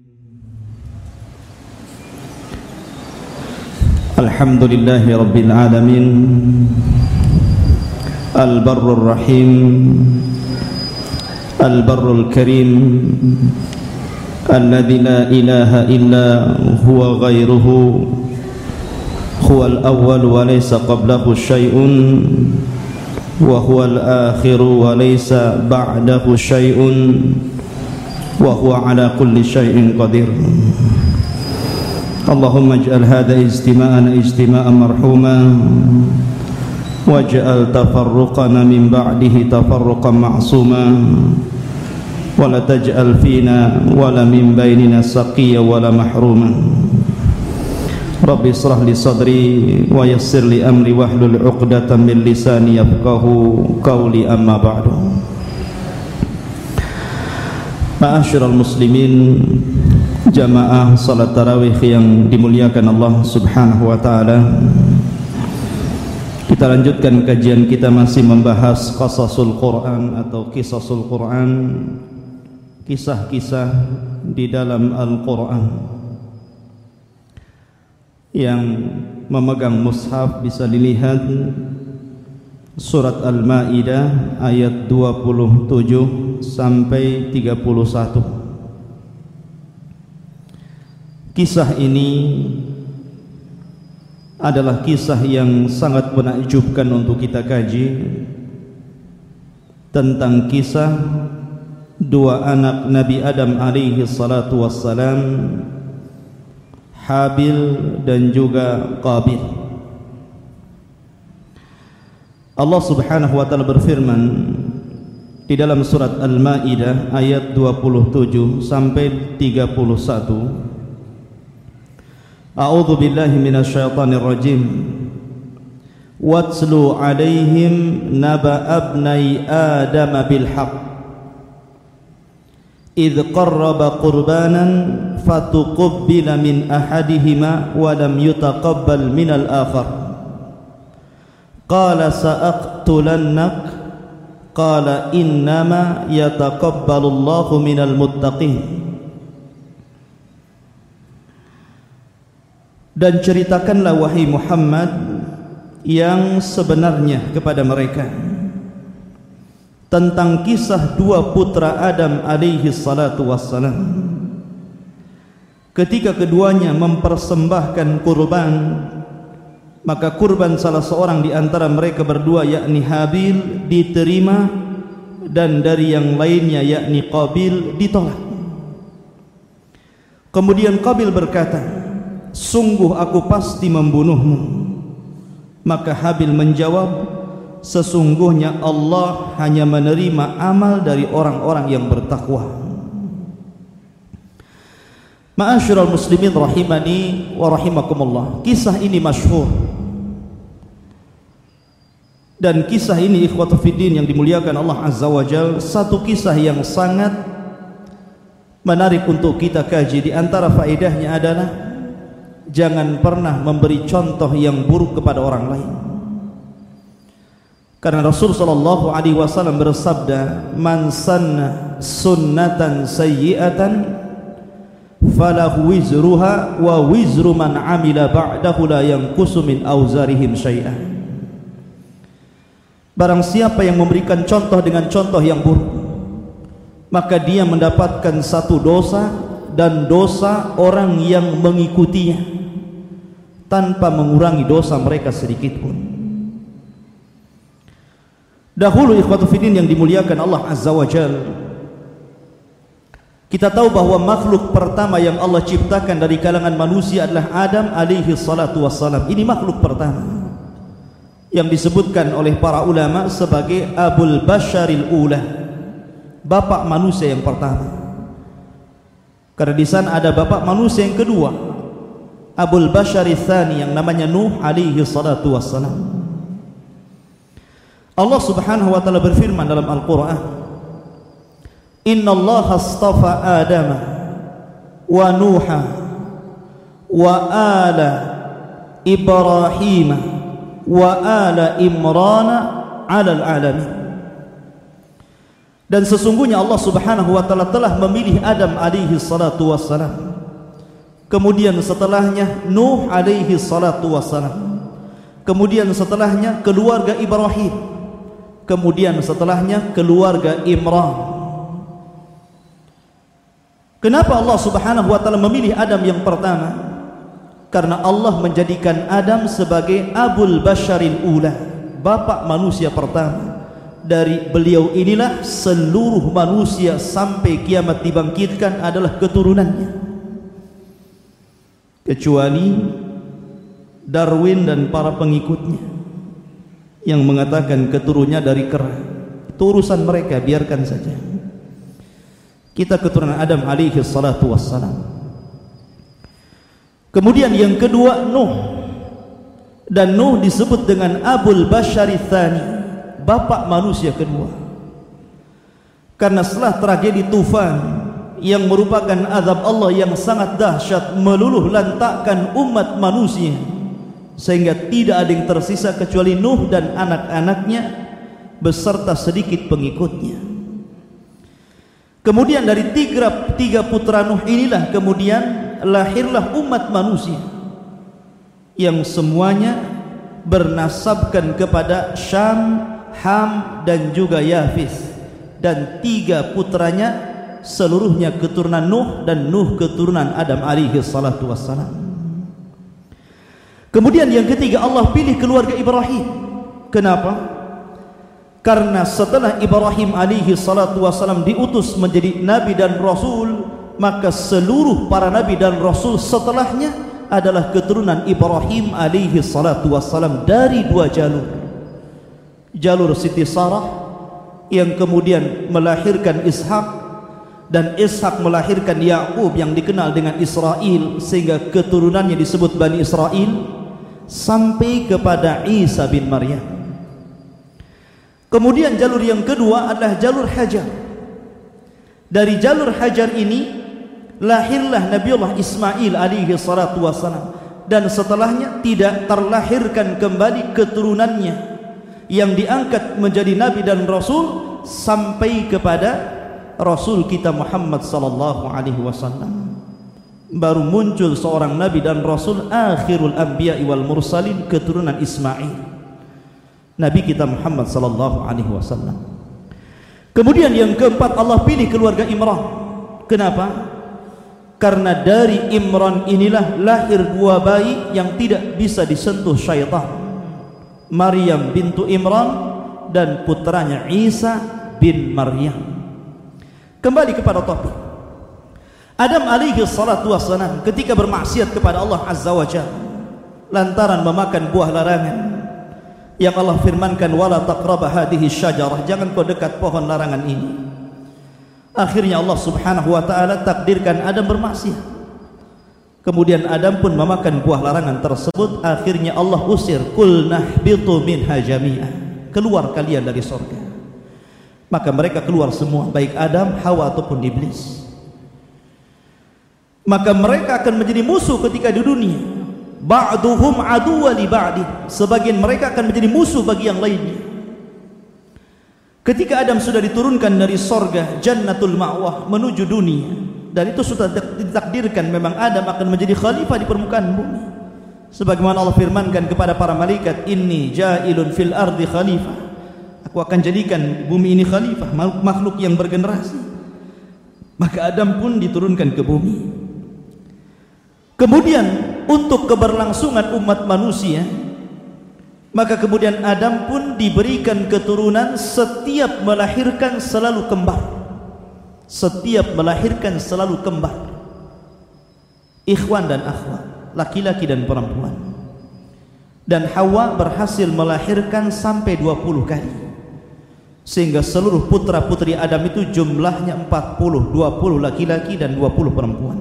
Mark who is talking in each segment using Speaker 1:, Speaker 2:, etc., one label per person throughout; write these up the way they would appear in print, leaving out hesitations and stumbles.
Speaker 1: Alhamdulillahi Rabbil Alamin, Al-Barrur Rahim, Al-Barrul Karim, Alladhi la ilaha illa huwa ghairuhu, Huwal awwal wa laysa qablahu syai'un, wa huwal akhiru wa laysa ba'dahu syai'un, wa huwa ala kulli syai'in qadir. Allahumma ij'al hadha ijtima'ana ijtima'an marhuma waj'al tafarruqana min ba'dihi tafarruqan ma'suma wa la taj'al fina wa la min bainina saqiyya wa la mahruma. Rabbi israh li sadri wa yassir li amri wahlul 'uqdatam min lisani yafqahu qawli, amma ba'du. Ma'asyiral muslimin, jamaah salat tarawih yang dimuliakan Allah Subhanahu wa taala. Kita lanjutkan kajian kita, masih membahas qasasul Quran atau qisasul Quran, kisah-kisah di dalam Al-Quran. Yang memegang mushaf bisa dilihat surat Al-Maidah ayat 27 sampai 31. Kisah ini adalah kisah yang sangat menakjubkan untuk kita kaji, tentang kisah dua anak Nabi Adam alaihi salatu wassalam, Habil dan juga Qabil. Allah Subhanahu wa taala berfirman di dalam surat Al-Maidah ayat 27 sampai 31. A'udzu billahi minasyaitonir rajim. Watslu 'alaihim naba abnai Adam bil haqq idh qarraba qurbanan fatuqabbila min ahadihima wa lam yutaqabbal min al-akhar. Qala sa'aqtulannak qala innama yataqabbalullahu minal muttaqin. Dan ceritakanlah wahai Muhammad yang sebenarnya kepada mereka tentang kisah dua putra Adam alaihi salatu wassalam, ketika keduanya mempersembahkan kurban, maka kurban salah seorang di antara mereka berdua, yakni Habil, diterima, dan dari yang lainnya yakni Qabil ditolak. Kemudian Qabil berkata, sungguh aku pasti membunuhmu. Maka Habil menjawab, sesungguhnya Allah hanya menerima amal dari orang-orang yang bertakwa. Ma'asyiral muslimin rahimani wa rahimakumullah, kisah ini masyhur, dan kisah ini ikhwatu fiddin yang dimuliakan Allah Azza wa Jalla, satu kisah yang sangat menarik untuk kita kaji. Di antara faedahnya adalah jangan pernah memberi contoh yang buruk kepada orang lain. Karena Rasul sallallahu alaihi wasallam bersabda, "Man sanna sunnatan sayyi'atan falahu wizruha wa wizru man 'amila ba'dahu la yanqusu min auzarihim syai'an." Barang siapa yang memberikan contoh dengan contoh yang buruk, maka dia mendapatkan satu dosa dan dosa orang yang mengikutinya, tanpa mengurangi dosa mereka sedikit pun. Dahulu ikhwatu fiddin yang dimuliakan Allah Azza wa Jalla, kita tahu bahwa makhluk pertama yang Allah ciptakan dari kalangan manusia adalah Adam alaihi salatu wassalam. Ini makhluk pertama yang disebutkan oleh para ulama sebagai Abul Basharil Ula, bapak manusia yang pertama. Karena di sana ada bapak manusia yang kedua, Abul Bashari Tsani, yang namanya Nuh alaihi salatu wassalam. Allah Subhanahu wa taala berfirman dalam Al-Qur'an, "Innallaha astafa Adama wa Nuha wa ala Ibrahim wa ala Imran 'alal alamin." Dan sesungguhnya Allah Subhanahu wa taala telah memilih Adam alaihi salatu wassalam. Kemudian setelahnya Nuh alaihi salatu wassalam. Kemudian setelahnya keluarga Ibrahim. Kemudian setelahnya keluarga Imran. Kenapa Allah Subhanahu wa taala memilih Adam yang pertama? Karena Allah menjadikan Adam sebagai Abul Basharil Ula, bapak manusia pertama. Dari beliau inilah seluruh manusia sampai kiamat dibangkitkan adalah keturunannya, kecuali Darwin dan para pengikutnya yang mengatakan keturunannya dari kera. Itu urusan mereka, biarkan saja. Kita keturunan Adam alaihi salatu wassalam. Kemudian yang kedua Nuh, dan Nuh disebut dengan Abul Bashari Tsani, bapak manusia kedua, karena setelah tragedi tufan yang merupakan azab Allah yang sangat dahsyat meluluh lantakkan umat manusia sehingga tidak ada yang tersisa kecuali Nuh dan anak-anaknya beserta sedikit pengikutnya. Kemudian dari tiga putra Nuh inilah kemudian lahirlah umat manusia yang semuanya bernasabkan kepada Syam, Ham dan juga Yafis, dan tiga putranya seluruhnya keturunan Nuh, dan Nuh keturunan Adam alaihi salatu wassalam. Kemudian yang ketiga Allah pilih keluarga Ibrahim. Kenapa? Karena setelah Ibrahim alaihi salatu wassalam diutus menjadi nabi dan rasul, maka seluruh para nabi dan rasul setelahnya adalah keturunan Ibrahim alaihi salatu wassalam dari dua jalur. Jalur Siti Sarah yang kemudian melahirkan Ishak, dan Ishak melahirkan Ya'qub yang dikenal dengan Israel, sehingga keturunannya disebut Bani Israel, sampai kepada Isa bin Maryam. Kemudian jalur yang kedua adalah jalur Hajar. Dari jalur Hajar ini lahirlah Nabiullah Ismail alaihi salatu wassalam, dan setelahnya tidak terlahirkan kembali keturunannya yang diangkat menjadi nabi dan rasul sampai kepada Rasul kita Muhammad sallallahu alaihi wasallam. Baru muncul seorang nabi dan rasul, akhirul anbiya'i wal mursalin, keturunan Ismail, nabi kita Muhammad sallallahu alaihi wasallam. Kemudian yang keempat Allah pilih keluarga Imran. Kenapa? Karena dari Imran inilah lahir dua bayi yang tidak bisa disentuh syaitan, Maryam bintu Imran dan putranya Isa bin Maryam. Kembali kepada topik. Adam alaihi salatu wassalam ketika bermaksiat kepada Allah azza wa jalla lantaran memakan buah larangan yang Allah firmankan, wala taqraba hadhihi syajarah, jangan kau dekat pohon larangan ini. Akhirnya Allah subhanahu wa ta'ala takdirkan Adam bermaksiat. Kemudian Adam pun memakan buah larangan tersebut. Akhirnya Allah usir, qul nahbitu minha jami'an, keluar kalian dari surga. Maka mereka keluar semua, baik Adam, Hawa ataupun iblis. Maka mereka akan menjadi musuh ketika di dunia. Ba'duhum aduwwa li ba'di, sebagian mereka akan menjadi musuh bagi yang lainnya. Ketika Adam sudah diturunkan dari surga Jannatul Ma'wah menuju dunia, dan itu sudah ditakdirkan memang Adam akan menjadi khalifah di permukaan bumi, sebagaimana Allah firmankan kepada para malaikat, inni ja'ilun fil ardi khalifah, aku akan jadikan bumi ini khalifah, makhluk yang bergenerasi. Maka Adam pun diturunkan ke bumi. Kemudian untuk keberlangsungan umat manusia, maka kemudian Adam pun diberikan keturunan, setiap melahirkan selalu kembar. Setiap melahirkan selalu kembar, ikhwan dan akhwat, laki-laki dan perempuan. Dan Hawa berhasil melahirkan sampai 20 kali, sehingga seluruh putra putri Adam itu jumlahnya 40, 20 laki-laki dan 20 perempuan.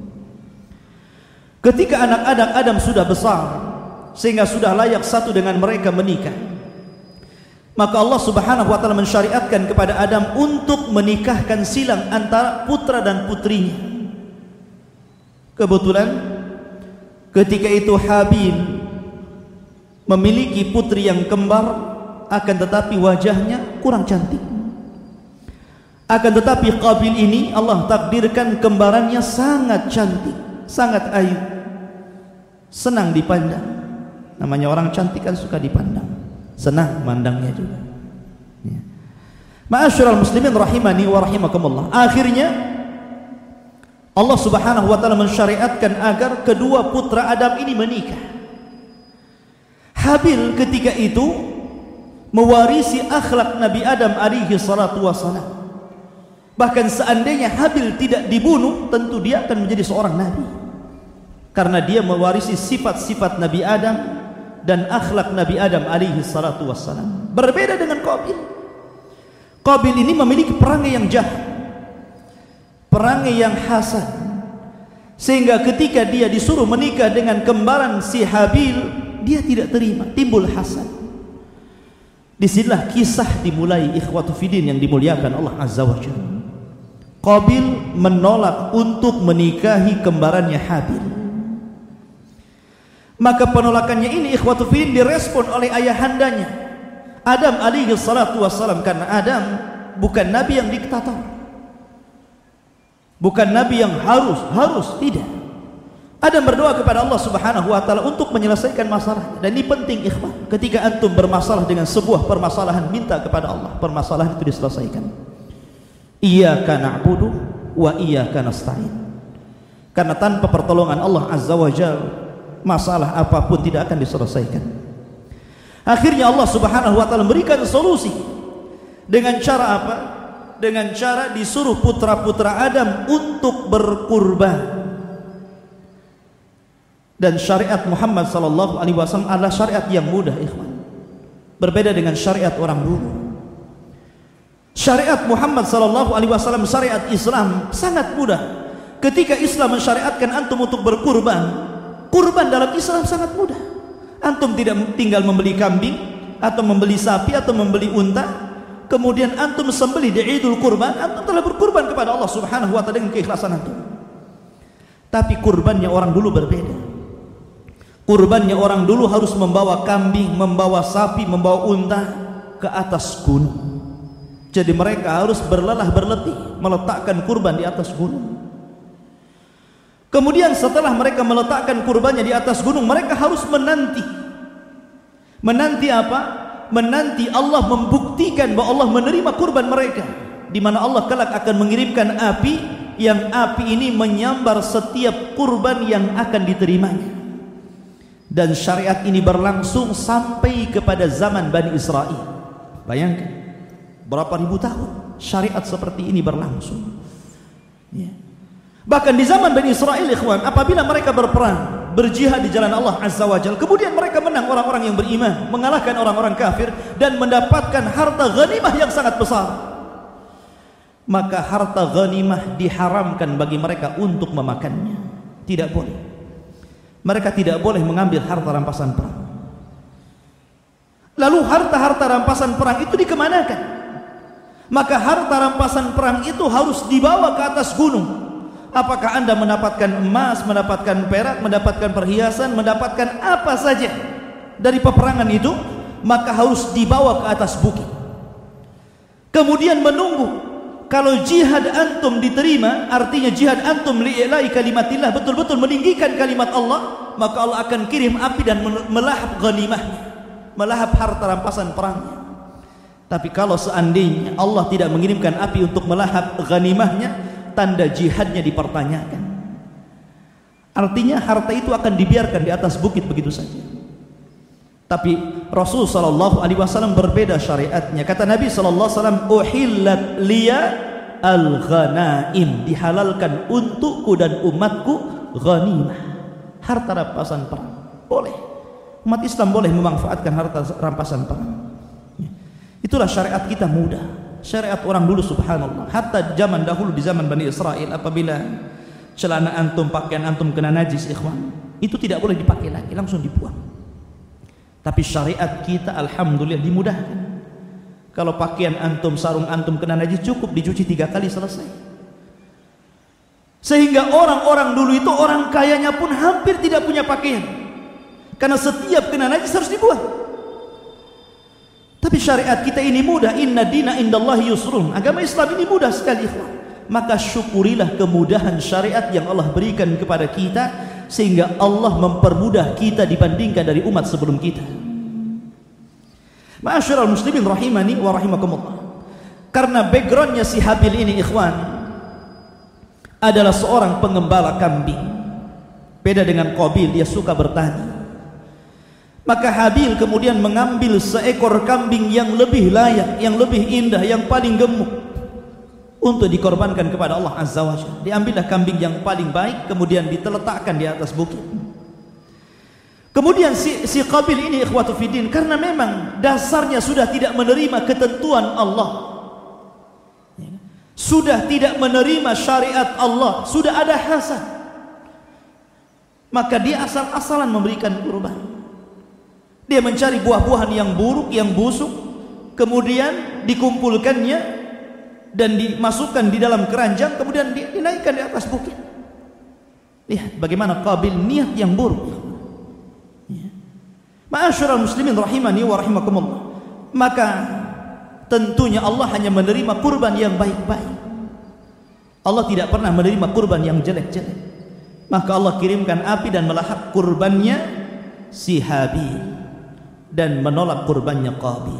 Speaker 1: Ketika anak-anak Adam sudah besar sehingga sudah layak satu dengan mereka menikah, maka Allah subhanahu wa ta'ala mensyariatkan kepada Adam untuk menikahkan silang antara putra dan putrinya. Kebetulan ketika itu Habil memiliki putri yang kembar, akan tetapi wajahnya kurang cantik. Akan tetapi Qabil ini Allah takdirkan kembarannya sangat cantik, sangat ayu, senang dipandang. Namanya orang cantik kan suka dipandang, senang mandangnya juga. Ya. Ma'asyiral muslimin rahimani wa rahimakumullah. Akhirnya Allah Subhanahu wa taala mensyariatkan agar kedua putra Adam ini menikah. Habil ketika itu mewarisi akhlak Nabi Adam alaihi salatu wassalam. Bahkan seandainya Habil tidak dibunuh, tentu dia akan menjadi seorang nabi, karena dia mewarisi sifat-sifat Nabi Adam dan akhlak Nabi Adam alaihi salatu wassalam. Berbeda dengan Qabil. Qabil ini memiliki perangai yang jahat, perangai yang hasad, sehingga ketika dia disuruh menikah dengan kembaran si Habil, dia tidak terima, timbul hasad. Disinilah kisah dimulai, ikhwatu fiddin yang dimuliakan Allah Azza wa Jalla. Qabil menolak untuk menikahi kembarannya Habil. Maka penolakannya ini, ikhwatu fiddin, direspon oleh ayahandanya Adam alaihi salatu wassalam, karena Adam bukan nabi yang diktator, bukan nabi yang harus tidak. Adam berdoa kepada Allah Subhanahu wa taala untuk menyelesaikan masalah. Dan ini penting, ikhwan, ketika antum bermasalah dengan sebuah permasalahan, minta kepada Allah permasalahan itu diselesaikan. Iyyaka na'budu wa iyyaka nasta'in. Karena tanpa pertolongan Allah Azza wa Jalla, masalah apapun tidak akan diselesaikan. Akhirnya Allah Subhanahu wa taala memberikan solusi dengan cara apa? Dengan cara disuruh putra-putra Adam untuk berkurban. Dan syariat Muhammad sallallahu alaihi wasallam adalah syariat yang mudah, ikhwan. Berbeda dengan syariat orang dulu. Syariat Muhammad sallallahu alaihi wasallam, syariat Islam sangat mudah. Ketika Islam mensyariatkan antum untuk berkurban, kurban dalam Islam sangat mudah. Antum tidak tinggal membeli kambing atau membeli sapi atau membeli unta, kemudian antum sembelih di Idul Kurban, antum telah berkurban kepada Allah Subhanahu wa taala dengan keikhlasan antum. Tapi kurbannya orang dulu berbeda. Kurbannya orang dulu harus membawa kambing, membawa sapi, membawa unta ke atas gunung. Jadi mereka harus berlelah berletih meletakkan kurban di atas gunung. Kemudian setelah mereka meletakkan kurbannya di atas gunung, mereka harus menanti. Menanti apa? Menanti Allah membuktikan bahwa Allah menerima kurban mereka, di mana Allah kelak akan mengirimkan api, yang api ini menyambar setiap kurban yang akan diterimanya. Dan syariat ini berlangsung sampai kepada zaman Bani Israel. Bayangkan berapa ribu tahun syariat seperti ini berlangsung, ya. Bahkan di zaman Bani Israel, ikhwan, apabila mereka berperang, berjihad di jalan Allah Azza wa Jalla, kemudian mereka menang orang-orang yang beriman, mengalahkan orang-orang kafir, dan mendapatkan harta ghanimah yang sangat besar, maka harta ghanimah diharamkan bagi mereka untuk memakannya. Tidak boleh. Mereka tidak boleh mengambil harta rampasan perang. Lalu harta-harta rampasan perang itu dikemanakan? Maka harta rampasan perang itu harus dibawa ke atas gunung. Apakah Anda mendapatkan emas, mendapatkan perak, mendapatkan perhiasan, mendapatkan apa saja dari peperangan itu, maka harus dibawa ke atas bukit. Kemudian menunggu. Kalau jihad antum diterima, artinya jihad antum li'ilai kalimatillah, betul-betul meninggikan kalimat Allah, maka Allah akan kirim api dan melahap ghanimahnya, melahap harta rampasan perangnya. Tapi kalau seandainya Allah tidak mengirimkan api untuk melahap ghanimahnya, tanda jihadnya dipertanyakan. Artinya harta itu akan dibiarkan di atas bukit begitu saja. Tapi Rasul sallallahu alaihi wasallam berbeda syariatnya. Kata Nabi sallallahu alaihi wasallam, "Uhillat liya al-ghanaim." Dihalalkan untukku dan umatku ghanimah, harta rampasan perang. Boleh. Umat Islam boleh memanfaatkan harta rampasan perang. Itulah syariat kita mudah. Syariat orang dulu, subhanallah. Hatta zaman dahulu, di zaman Bani Israel, apabila celana antum, pakaian antum kena najis, ikhwan, itu tidak boleh dipakai lagi, langsung dibuang. Tapi syariat kita alhamdulillah dimudahkan. Kalau pakaian antum, sarung antum kena najis, cukup dicuci 3 kali, selesai. Sehingga orang-orang dulu itu, orang kayanya pun hampir tidak punya pakaian, karena setiap kena najis harus dibuang. Tapi syariat kita ini mudah. Inna dina indallahi yusrun. Agama Islam ini mudah sekali, ikhwan. Maka syukurilah kemudahan syariat yang Allah berikan kepada kita, sehingga Allah mempermudah kita dibandingkan dari umat sebelum kita. Ma'asyiral muslimin rahimani wa rahimakumullah. Karena backgroundnya si Habil ini, ikhwan, adalah seorang pengembala kambing. Beda dengan Qabil, dia suka bertani. Maka Habil kemudian mengambil seekor kambing yang lebih layak, yang lebih indah, yang paling gemuk untuk dikorbankan kepada Allah Azza wa Jalla. Diambillah kambing yang paling baik, kemudian diteletakkan di atas bukit. Kemudian si Qabil ini, ikhwatu fiddin, karena memang dasarnya sudah tidak menerima ketentuan Allah, sudah tidak menerima syariat Allah, sudah ada hasad, maka dia asal-asalan memberikan kurban. Dia mencari buah-buahan yang buruk, yang busuk, kemudian dikumpulkannya dan dimasukkan di dalam keranjang, kemudian dinaikkan di atas bukit. Lihat bagaimana Qabil niat yang buruk. Ma'asyiral muslimin rahimani wa rahimakumullah. Maka tentunya Allah hanya menerima kurban yang baik-baik. Allah tidak pernah menerima kurban yang jelek-jelek. Maka Allah kirimkan api dan melahap kurbannya si Habil dan menolak kurbannya Qabil.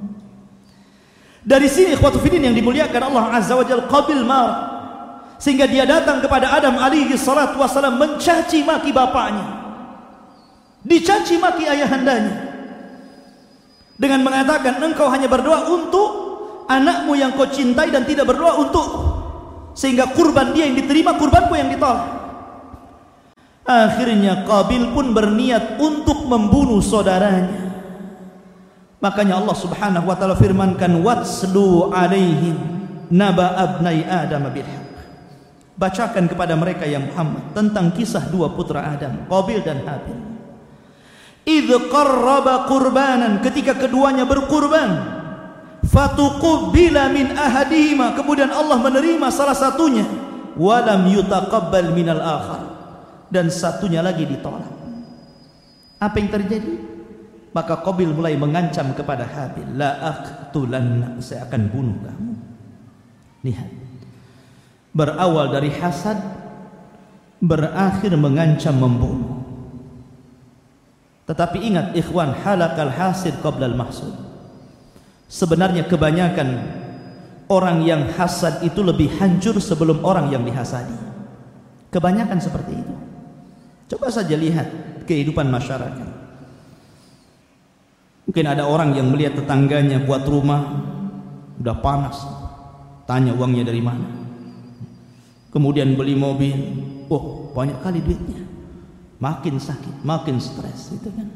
Speaker 1: Dari sini ikhwatu fiddin yang dimuliakan Allah Azza wa Jalla, Qabil marah sehingga dia datang kepada Adam alaihi salatu wasalam mencaci maki bapaknya, dicaci maki ayahandanya dengan mengatakan, engkau hanya berdoa untuk anakmu yang kau cintai dan tidak berdoa untuk, sehingga kurban dia yang diterima, kurbanku yang ditolak. Akhirnya Qabil pun berniat untuk membunuh saudaranya. Makanya Allah Subhanahu wa taala firmankan, watslu alaihim naba abnai Adam bil haq. Bacakan kepada mereka yang Muhammad tentang kisah dua putra Adam, Qabil dan Habil. Idz qarraba qurbanan, ketika keduanya berkurban, fatuqbila min ahadihima, kemudian Allah menerima salah satunya, walam yutaqabbal minal akhar, dan satunya lagi ditolak. Apa yang terjadi? Maka Qabil mulai mengancam kepada Habil, la aqtulanna, saya akan bunuh kamu. Lihat, berawal dari hasad, berakhir mengancam membunuh. Tetapi ingat ikhwan, halakal hasid qablal mahsud. Sebenarnya kebanyakan orang yang hasad itu lebih hancur sebelum orang yang dihasadi. Kebanyakan seperti itu. Coba saja lihat kehidupan masyarakat. Mungkin ada orang yang melihat tetangganya buat rumah udah panas, tanya uangnya dari mana. Kemudian beli mobil, oh banyak kali duitnya. Makin sakit, makin stres, gitu kan.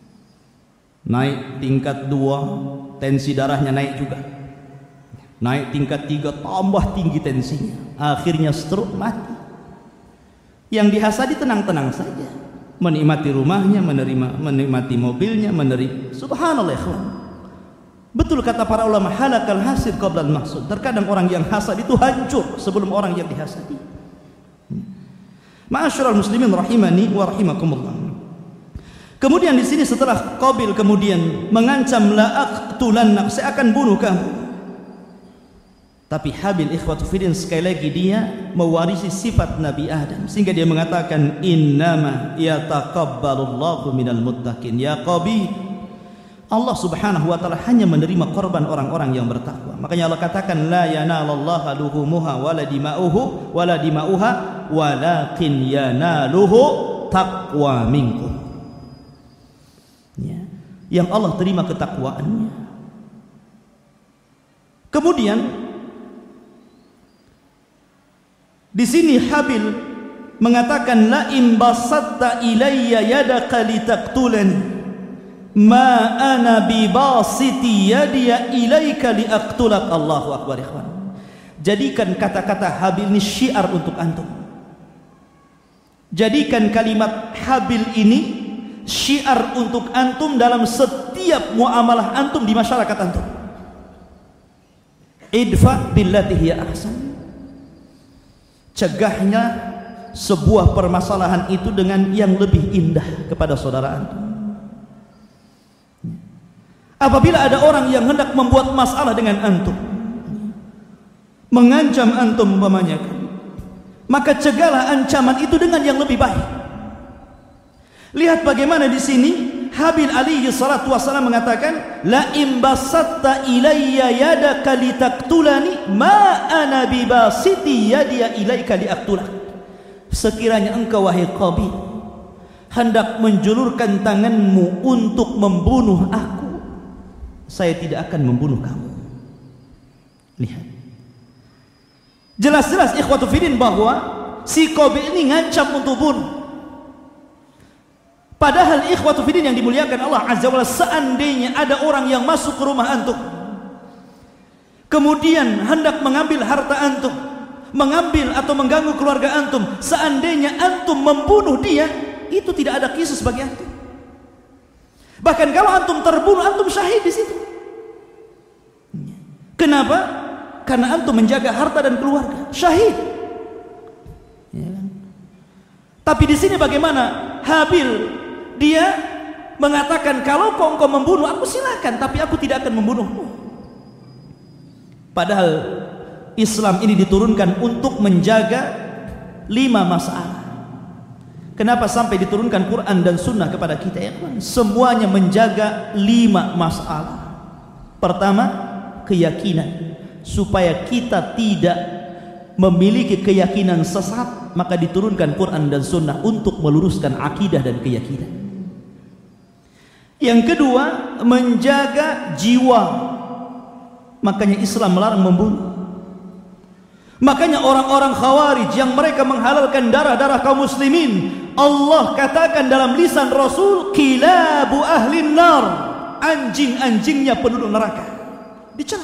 Speaker 1: Naik tingkat 2, tensi darahnya naik juga. Naik tingkat 3, tambah tinggi tensinya. Akhirnya stroke, mati. Yang dihasadi tenang-tenang saja, menikmati rumahnya, menikmati mobilnya, subhanallah ikhwan. Betul kata para ulama, halakal hasid qablal mahsud. Terkadang orang yang hasad itu hancur sebelum orang yang dihasadi. Ma'asyiral muslimin rahimani wa rahimakumullah. Kemudian di sini setelah Qabil kemudian mengancam, la aqtulannak, saya akan bunuh kamu. Tapi Habil ikhwatu fiddin sekali lagi dia mewarisi sifat Nabi Adam, sehingga dia mengatakan, innama yataqabbalullahu minal muttaqin. Ya Qabil, Allah Subhanahu wa taala hanya menerima korban orang-orang yang bertakwa. Makanya Allah katakan, la yanalallahu luhumuha wala dima'uhu wala dima'uha walakin yanaluhu taqwa minkum. Ya, yang Allah terima ketakwaannya. Kemudian di sini Habil mengatakan, la in basatta ilayya yadaka litaqtulani ma ana bi basiti yadiya ilaika liaqtulak. Allahu akbar ikhwan. Jadikan kata-kata Habil ini syiar untuk antum. Jadikan kalimat Habil ini syiar untuk antum dalam setiap muamalah antum di masyarakat antum. Idfa billati hiya ahsan. Cegahnya sebuah permasalahan itu dengan yang lebih indah kepada saudara antum. Apabila ada orang yang hendak membuat masalah dengan antum, mengancam antum umpamanya, maka cegahlah ancaman itu dengan yang lebih baik. Lihat bagaimana di sini Habil alaihi salatu wassalam mengatakan, la imbasatta ilayya yadaka litaktulani ma ana bibasiti yadiya ilaika liaktulak. Sekiranya engkau wahai Qabil hendak menjulurkan tanganmu untuk membunuh aku, saya tidak akan membunuh kamu. Lihat, jelas-jelas ikhwatu fiddin bahwa si Qabil ini ngancam untuk bunuh. Padahal ikhwatu fiddin yang dimuliakan Allah Azza wa Jalla, seandainya ada orang yang masuk ke rumah antum kemudian hendak mengambil harta antum, mengambil atau mengganggu keluarga antum, seandainya antum membunuh dia, itu tidak ada kisus bagi antum. Bahkan kalau antum terbunuh, antum syahid di situ. Kenapa? Karena antum menjaga harta dan keluarga, syahid. Ya kan? Tapi di sini bagaimana Habil? Dia mengatakan, kalau engkau membunuh aku silakan, tapi aku tidak akan membunuhmu. Padahal Islam ini diturunkan untuk menjaga 5 masalah. Kenapa sampai diturunkan Quran dan Sunnah kepada kita? Ya, semuanya menjaga 5 masalah. Pertama, keyakinan, supaya kita tidak memiliki keyakinan sesat, maka diturunkan Quran dan Sunnah untuk meluruskan akidah dan keyakinan. Yang kedua, menjaga jiwa, makanya Islam melarang membunuh. Makanya orang-orang Khawarij yang mereka menghalalkan darah-darah kaum muslimin, Allah katakan dalam lisan Rasul, kilabu ahlin nar, anjing-anjingnya penduduk neraka, dicela.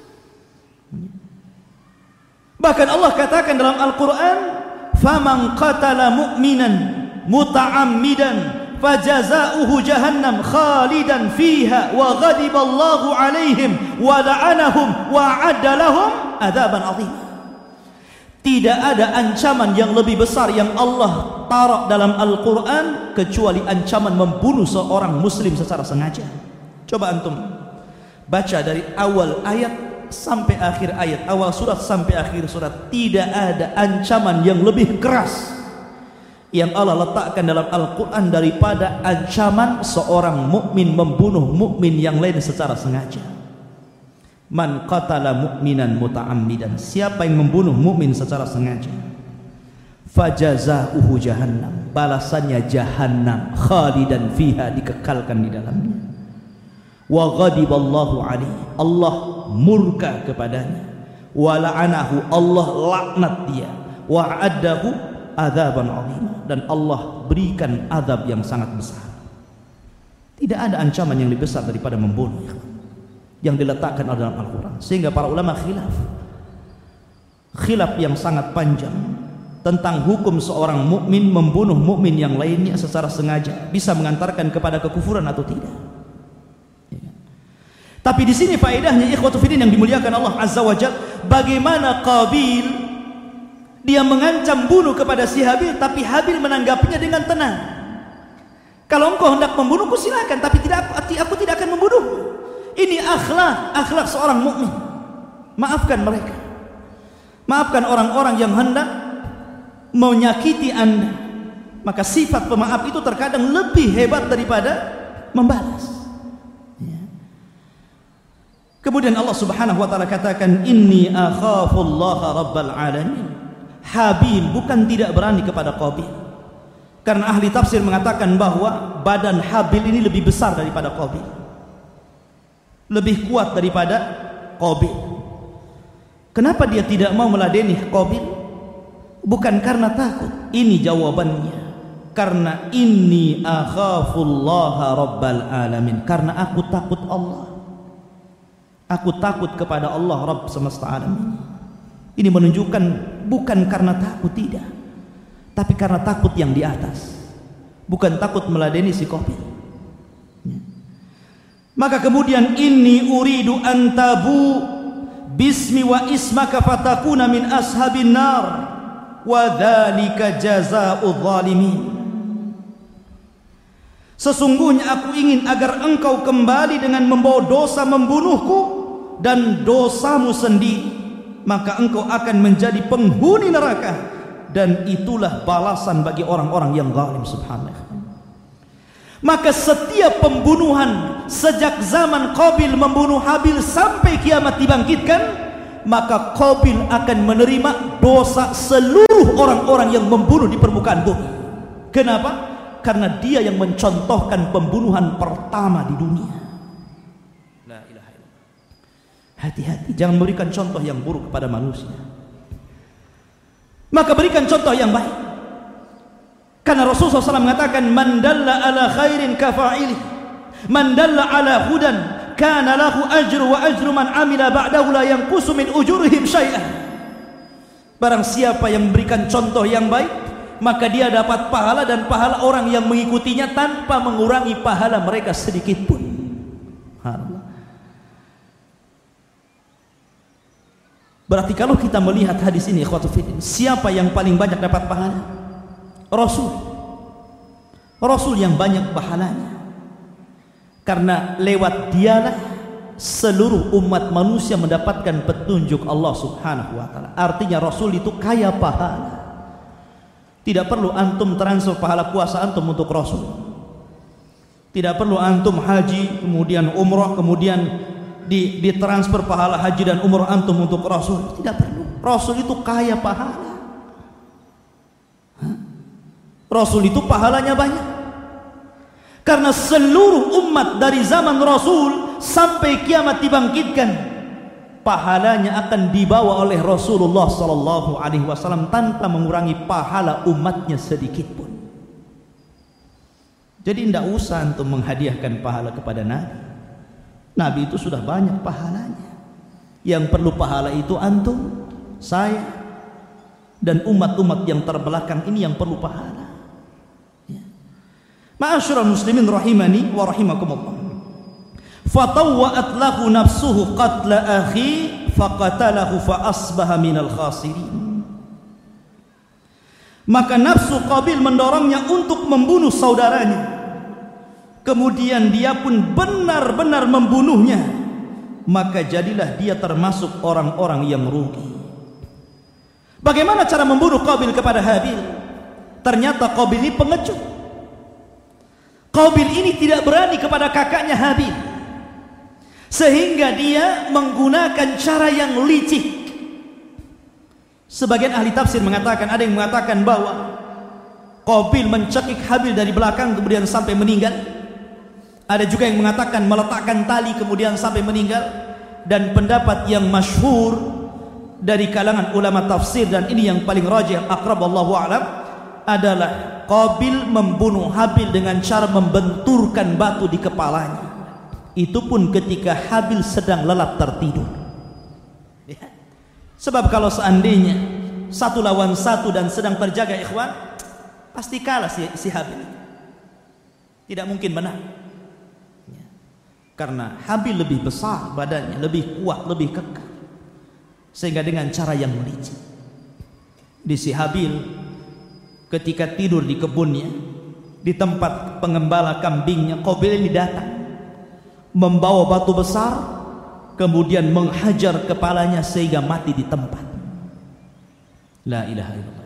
Speaker 1: Bahkan Allah katakan dalam Al-Quran, faman qatala mu'minan muta'ammidan fajaza'uhu jahannam khalidan fiha wa ghadiballahu alaihim wa la'anahum wa a'adda lahum adzaban 'azim. Tidak ada ancaman yang lebih besar yang Allah taruh dalam Al-Quran kecuali ancaman membunuh seorang muslim secara sengaja. Coba antum baca dari awal ayat sampai akhir ayat, awal surat sampai akhir surat, tidak ada ancaman yang lebih keras yang Allah letakkan dalam Al-Quran daripada ancaman seorang mukmin membunuh mukmin yang lain secara sengaja. Man qatala mu'minan muta'ammidan, siapa yang membunuh mukmin secara sengaja, fajaza'uhu jahannam, balasannya jahannam, khalidan fiha, dikekalkan di dalamnya. Wa ghadiballahu alaihi, Allah murka kepadanya. Wa la'anahu, Allah laknat dia. Wa a'addahu adzaban 'azim, dan Allah berikan azab yang sangat besar. Tidak ada ancaman yang lebih besar daripada membunuh yang diletakkan dalam Al-Quran. Sehingga para ulama khilaf yang sangat panjang tentang hukum seorang mukmin membunuh mukmin yang lainnya secara sengaja, bisa mengantarkan kepada kekufuran atau tidak. Tapi di sini faedahnya ikhwatu fiddin yang dimuliakan Allah Azza wa Jalla, bagaimana Qabil dia mengancam bunuh kepada si Habil, tapi Habil menanggapinya dengan tenang. Kalau engkau hendak membunuhku silakan, tapi aku tidak akan membunuh. Ini akhlak seorang mukmin. Maafkan mereka. Maafkan orang-orang yang hendak menyakiti Anda. Maka sifat pemaaf itu terkadang lebih hebat daripada membalas. Kemudian Allah Subhanahu wa taala katakan, inni akhafullaha rabbal alamin. Habil bukan tidak berani kepada Qabil, karena ahli tafsir mengatakan bahwa badan Habil ini lebih besar daripada Qabil, lebih kuat daripada Qabil. Kenapa dia tidak mau meladeni Qabil? Bukan karena takut, ini jawabannya, karena inni akhafullaha rabbal alamin, karena aku takut Allah, aku takut kepada Allah Rabb semesta alam. Ini menunjukkan bukan karena takut, tidak, tapi karena takut yang di atas, bukan takut meladeni si Qabil. Maka kemudian, inni uridu an tabu bismi wa ismaka fatakuna min ashabin nar wa dzalika jazaa'udz zalimin. Sesungguhnya aku ingin agar engkau kembali dengan membawa dosa membunuhku dan dosamu sendiri, maka engkau akan menjadi penghuni neraka, dan itulah balasan bagi orang-orang yang zalim. Subhanallah. Maka setiap pembunuhan sejak zaman Qabil membunuh Habil sampai kiamat dibangkitkan, maka Qabil akan menerima dosa seluruh orang-orang yang membunuh di permukaan bumi. Kenapa? Karena dia yang mencontohkan pembunuhan pertama di dunia. La ilaha illallah. Hati-hati, jangan berikan contoh yang buruk kepada manusia, maka berikan contoh yang baik. Karena Rasulullah SAW mengatakan, man dalla ala khairin kafa'ili, man dalla ala hudan kana lahu ajru wa ajru man amila ba'dahu la yanqusu min ujurihim syai'an. Barang siapa yang memberikan contoh yang baik, maka dia dapat pahala dan pahala orang yang mengikutinya tanpa mengurangi pahala mereka sedikit pun. Berarti kalau kita melihat hadis ini, ikhwatul fiddin, siapa yang paling banyak dapat pahala? Rasul yang banyak pahalanya, karena lewat dialah seluruh umat manusia mendapatkan petunjuk Allah Subhanahu wa ta'ala. Artinya Rasul itu kaya pahala. Tidak perlu antum transfer pahala puasa antum untuk Rasul. Tidak perlu antum haji kemudian umrah kemudian ditransfer pahala haji dan umrah antum untuk Rasul. Tidak perlu. Rasul itu kaya pahala. Rasul itu pahalanya banyak. Karena seluruh umat dari zaman Rasul sampai kiamat dibangkitkan, pahalanya akan dibawa oleh Rasulullah SAW tanpa mengurangi pahala umatnya sedikit pun. Jadi tidak usah untuk menghadiahkan pahala kepada Nabi. Nabi itu sudah banyak pahalanya. Yang perlu pahala itu antum, saya, dan umat-umat yang terbelakang ini yang perlu pahala. Ya. Ma'asyiral muslimin rahimani wa rahimakumullah. Fatawwa'at lahu nafsuhu qatla akhi faqatalahu fa asbaha minal khasirin. Maka nafsu Qabil mendorongnya untuk membunuh saudaranya. Kemudian dia pun benar-benar membunuhnya. Maka jadilah dia termasuk orang-orang yang rugi. Bagaimana cara membunuh Qabil kepada Habil? Ternyata Qabil ini pengecut. Qabil ini tidak berani kepada kakaknya Habil, sehingga dia menggunakan cara yang licik. Sebagian ahli tafsir mengatakan, ada yang mengatakan bahwa Qabil mencekik Habil dari belakang kemudian sampai meninggal. Ada juga yang mengatakan meletakkan tali kemudian sampai meninggal. Dan pendapat yang masyhur dari kalangan ulama tafsir, dan ini yang paling rajih, aqrab Allahu a'lam, adalah Qabil membunuh Habil dengan cara membenturkan batu di kepalanya. Itu pun ketika Habil sedang lelap tertidur. Ya. Sebab kalau seandainya satu lawan satu dan sedang terjaga ikhwan, pasti kalah si Habil. Tidak mungkin menang. Ya. Karena Habil lebih besar badannya, lebih kuat, lebih kekal. Sehingga dengan cara yang licik, di si Habil ketika tidur di kebunnya, di tempat pengembala kambingnya, Qabil ini datang membawa batu besar, kemudian menghajar kepalanya sehingga mati di tempat. La ilaha illallah.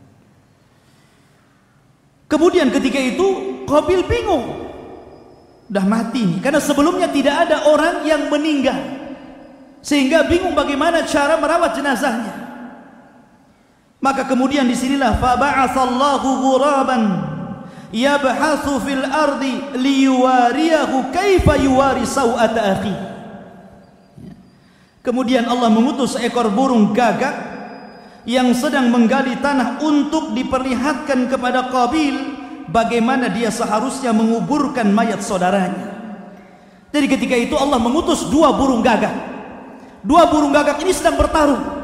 Speaker 1: Kemudian ketika itu Qabil bingung, dah mati nih, karena sebelumnya tidak ada orang yang meninggal, sehingga bingung bagaimana cara merawat jenazahnya. Maka kemudian disinilah faba'atsallahu ghuraban yabhatsu fil ardi liyuwariyahu kaifa yuwari sau'ata akhi. Kemudian Allah mengutus seekor burung gagak yang sedang menggali tanah untuk diperlihatkan kepada Qabil bagaimana dia seharusnya menguburkan mayat saudaranya. Jadi ketika itu Allah mengutus dua burung gagak. Dua burung gagak ini sedang bertarung.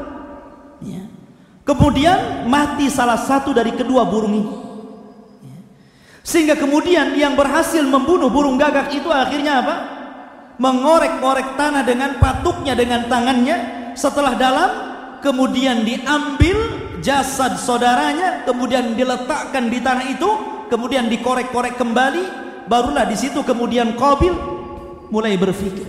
Speaker 1: Kemudian mati salah satu dari kedua burung ini. Sehingga kemudian yang berhasil membunuh burung gagak itu akhirnya apa? Mengorek-ngorek tanah dengan patuknya, dengan tangannya. Setelah dalam, kemudian diambil jasad saudaranya, kemudian diletakkan di tanah itu, kemudian dikorek-korek kembali, barulah di situ kemudian Qabil mulai berpikir.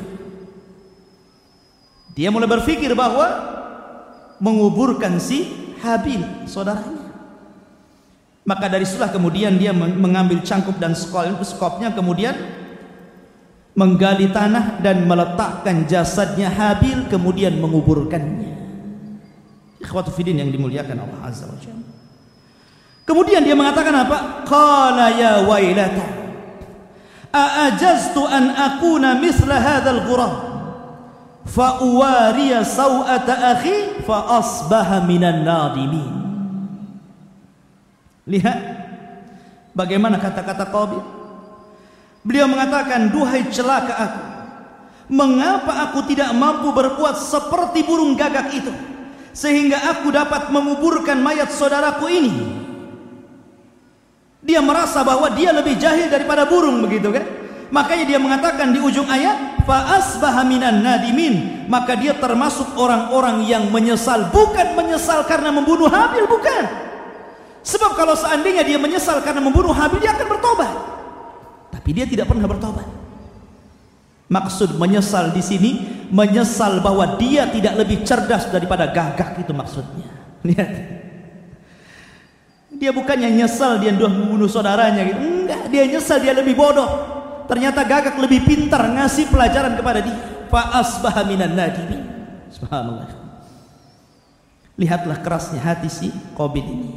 Speaker 1: Dia mulai berpikir bahwa menguburkan si Habil saudaranya. Maka dari situlah kemudian dia mengambil cangkup dan skopnya, kemudian menggali tanah dan meletakkan jasadnya Habil, kemudian menguburkannya. Ikhwatu fiddin yang dimuliakan Allah Azza wa Jalla. Kemudian dia mengatakan apa? Qala ya wailata a'ajaztu an akuna mithla hadzal ghurab fa uwariya sawata akhi fa asbaha minan nadimin. Lihat bagaimana kata-kata Qabil. Beliau mengatakan, duhai celaka aku, mengapa aku tidak mampu berbuat seperti burung gagak itu sehingga aku dapat menguburkan mayat saudaraku ini. Dia merasa bahwa dia lebih jahil daripada burung, begitu kan? Makanya dia mengatakan di ujung ayat, fa asbaha minan nadimin, maka dia termasuk orang-orang yang menyesal. Bukan menyesal karena membunuh Habil, bukan. Sebab kalau seandainya dia menyesal karena membunuh Habil, dia akan bertobat. Tapi dia tidak pernah bertobat. Maksud menyesal di sini, menyesal bahwa dia tidak lebih cerdas daripada gagak, itu maksudnya. Lihat. Dia bukannya nyesal dia membunuh saudaranya gitu. Enggak, dia nyesal dia lebih bodoh. Ternyata gagak lebih pintar ngasih pelajaran kepada dia. Fa asbaha minan nadimin. Subhanallah. Lihatlah kerasnya hati si Qabil ini.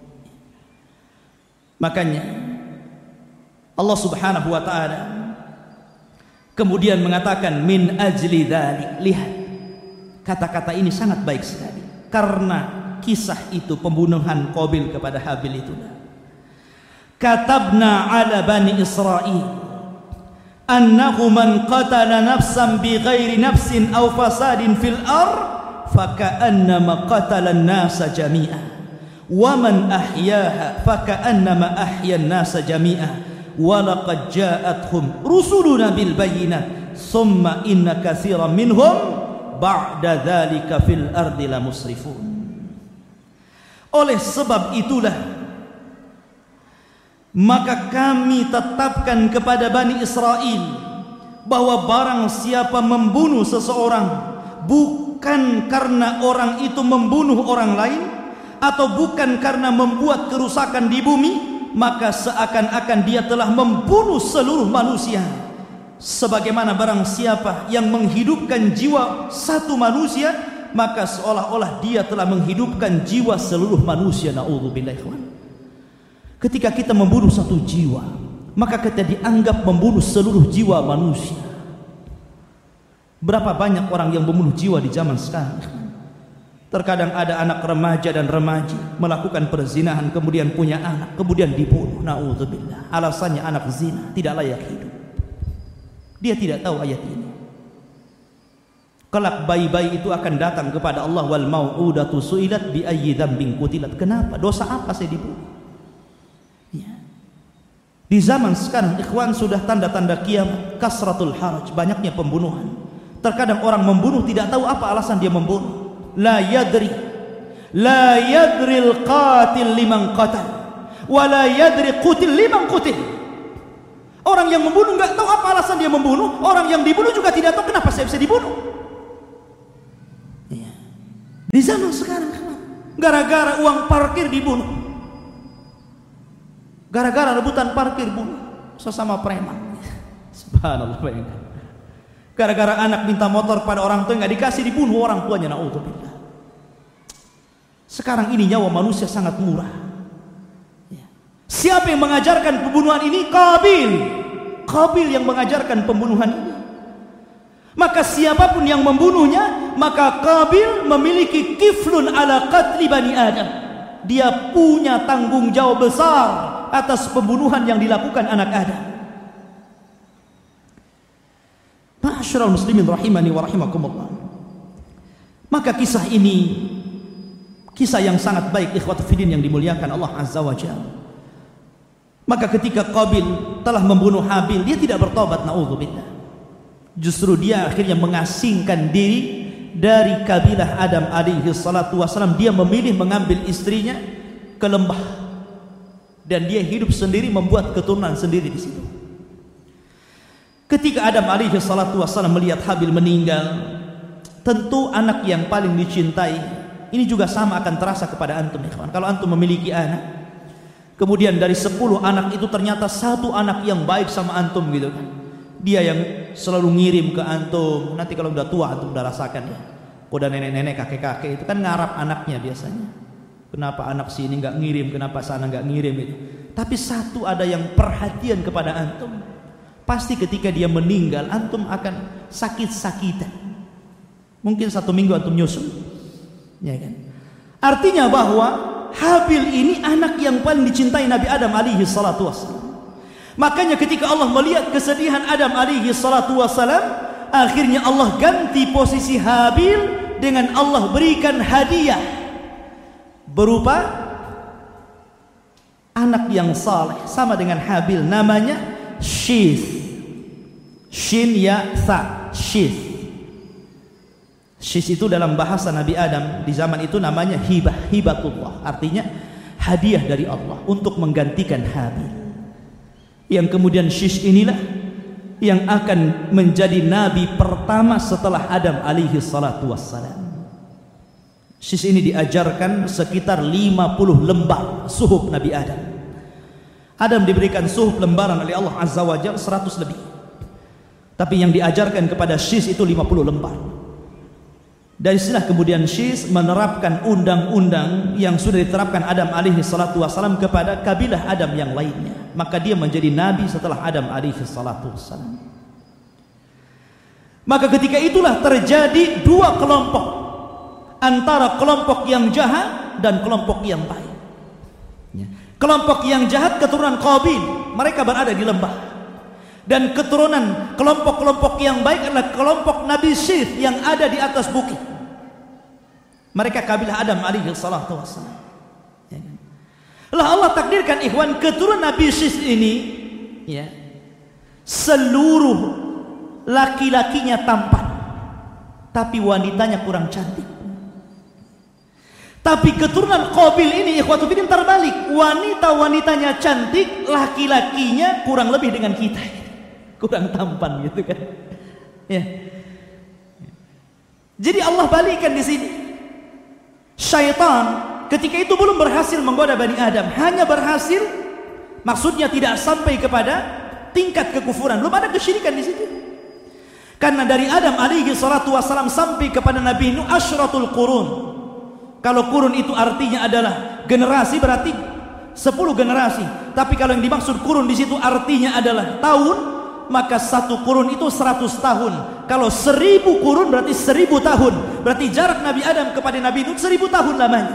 Speaker 1: Makanya Allah Subhanahu wa taala kemudian mengatakan min ajli dzalik. Lihat, kata-kata ini sangat baik sekali. Karena kisah itu, pembunuhan Qabil kepada Habil itulah, katabna ala bani Israil annahu man qatala nafsan bighairi nafsin aw fasadin fil ard faka'annama qatala an-nasa jami'an wa man ahyaha faka'annama ahya an-nasa jami'an wa laqad ja'atuhum rusuluna bil bayyinat thumma inna katsiran minhum ba'da dzalika fil ardi la musrifun. Oleh sebab itulah maka kami tetapkan kepada Bani Israel bahwa barang siapa membunuh seseorang bukan karena orang itu membunuh orang lain atau bukan karena membuat kerusakan di bumi, maka seakan-akan dia telah membunuh seluruh manusia. Sebagaimana barang siapa yang menghidupkan jiwa satu manusia, maka seolah-olah dia telah menghidupkan jiwa seluruh manusia. Na'udzubillah. Ketika kita membunuh satu jiwa, maka kita dianggap membunuh seluruh jiwa manusia. Berapa banyak orang yang membunuh jiwa di zaman sekarang? Terkadang ada anak remaja dan remaji melakukan perzinahan, kemudian punya anak, kemudian dibunuh. Na'udzubillah. Alasannya anak zina, tidak layak hidup. Dia tidak tahu ayat ini. Kelak bayi-bayi itu akan datang kepada Allah, wal mau'udatu su'ilat bi ayyi dzambin qutilat. Kenapa? Dosa apa saya dibunuh? Ya. Di zaman sekarang ikhwan sudah tanda-tanda kiamat, kasratul haraj, banyaknya pembunuhan. Terkadang orang membunuh tidak tahu apa alasan dia membunuh. La yadri al-qatil liman qatal wa la yadri qutil liman qutil. Orang yang membunuh enggak tahu apa alasan dia membunuh, orang yang dibunuh juga tidak tahu kenapa saya bisa dibunuh. Ya. Di zaman sekarang gara-gara uang parkir dibunuh, gara-gara rebutan parkir bunuh sesama preman. Subhanallah. Gara-gara anak minta motor pada orang tua nggak dikasih, dibunuh orang tuanya. Na'udzubillah. Sekarang ini nyawa manusia sangat murah. Ya. Siapa yang mengajarkan pembunuhan ini? Qabil yang mengajarkan pembunuhan ini. Maka siapapun yang membunuhnya, maka Qabil memiliki kiflun ala qatli bani Adam. Dia punya tanggung jawab besar atas pembunuhan yang dilakukan anak Adam. Ma'asyiral muslimin rahimani wa rahimakumullah. Maka kisah ini kisah yang sangat baik, ikhwatu fiddin yang dimuliakan Allah Azza wa Jalla. Maka ketika Qabil telah membunuh Habil, dia tidak bertobat, na'udzubillah. Justru dia akhirnya mengasingkan diri dari kabilah Adam alaihi salatu wassalam. Dia memilih mengambil istrinya ke lembah dan dia hidup sendiri, membuat keturunan sendiri di situ. Ketika Adam alaihi salatu wassalam melihat Habil meninggal, tentu anak yang paling dicintai, ini juga sama akan terasa kepada antum, ikhwan. Kalau antum memiliki anak, kemudian dari 10 anak itu ternyata satu anak yang baik sama antum gitu kan. Dia yang selalu ngirim ke antum. Nanti kalau udah tua antum udah rasakan ya. Udah nenek-nenek, kakek-kakek itu kan ngarap anaknya biasanya. Kenapa anak sini nggak ngirim, kenapa sana nggak ngirim itu. Tapi satu ada yang perhatian kepada antum. Pasti ketika dia meninggal antum akan sakit-sakitan. Mungkin 1 minggu antum nyusul, ya kan? Artinya bahwa Habil ini anak yang paling dicintai Nabi Adam alaihi salatu wassalam. Makanya ketika Allah melihat kesedihan Adam alaihi salatu wassalam, akhirnya Allah ganti posisi Habil dengan Allah berikan hadiah berupa anak yang saleh sama dengan Habil, namanya Syith. Shin ya tha, Syith. Syith itu dalam bahasa Nabi Adam di zaman itu namanya hibah, hibatullah, artinya hadiah dari Allah untuk menggantikan Habil. Yang kemudian Syith inilah yang akan menjadi nabi pertama setelah Adam alaihi salatu wassalam. Syith ini diajarkan sekitar 50 lembar suhuf Nabi Adam. Adam diberikan suhuf lembaran oleh Allah Azza wa Jalla 100 lebih. Tapi yang diajarkan kepada Syith itu 50 lembar. Dari sinilah kemudian Syith menerapkan undang-undang yang sudah diterapkan Adam alaihi salatu wassalam kepada kabilah Adam yang lainnya. Maka dia menjadi nabi setelah Adam alaihi salatu wassalam. Maka ketika itulah terjadi 2 kelompok, antara kelompok yang jahat dan kelompok yang baik. Kelompok yang jahat keturunan Qabil, mereka berada di lembah. Dan keturunan kelompok-kelompok yang baik adalah kelompok Nabi Syith yang ada di atas bukit. Mereka kabilah Adam alaihi salatu wassalam. Lah Allah takdirkan ikhwan, keturunan Nabi Syith ini ya, seluruh laki-lakinya tampan, tapi wanitanya kurang cantik. Tapi keturunan Qabil ini ikhwatu fiddin terbalik, wanita-wanitanya cantik, laki-lakinya kurang lebih dengan kita, kurang tampan gitu kan ya. Jadi Allah balikan di sini. Syaitan ketika itu belum berhasil menggoda Bani Adam, hanya berhasil, maksudnya tidak sampai kepada tingkat kekufuran, belum ada kesyirikan di situ. Karena dari Adam alaihi salatu wassalam sampai kepada Nabi Nuh asyratul qurun. Kalau kurun itu artinya adalah generasi, berarti 10 generasi. Tapi kalau yang dimaksud kurun di situ artinya adalah tahun, maka 1 kurun itu 100 tahun. Kalau 1000 kurun berarti 1000 tahun. Berarti jarak Nabi Adam kepada Nabi Nuh 1000 tahun lamanya.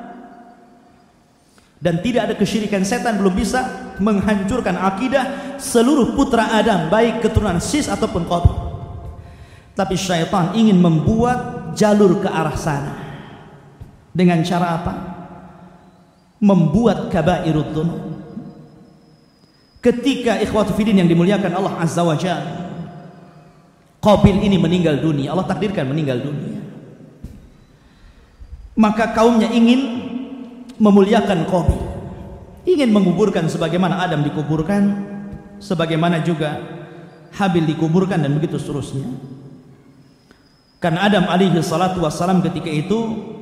Speaker 1: Dan tidak ada kesyirikan, setan belum bisa menghancurkan akidah seluruh putra Adam, baik keturunan Syith ataupun Qabil. Tapi syaitan ingin membuat jalur ke arah sana. Dengan cara apa? Membuat kabairud dzunub. Ketika ikhwatu fiddin yang dimuliakan Allah Azza wa Jalla, Qabil ini meninggal dunia, Allah takdirkan meninggal dunia. Maka kaumnya ingin memuliakan Qabil, ingin menguburkan sebagaimana Adam dikuburkan, sebagaimana juga Habil dikuburkan, dan begitu seterusnya. Karena Adam alaihi salatu wassalam ketika itu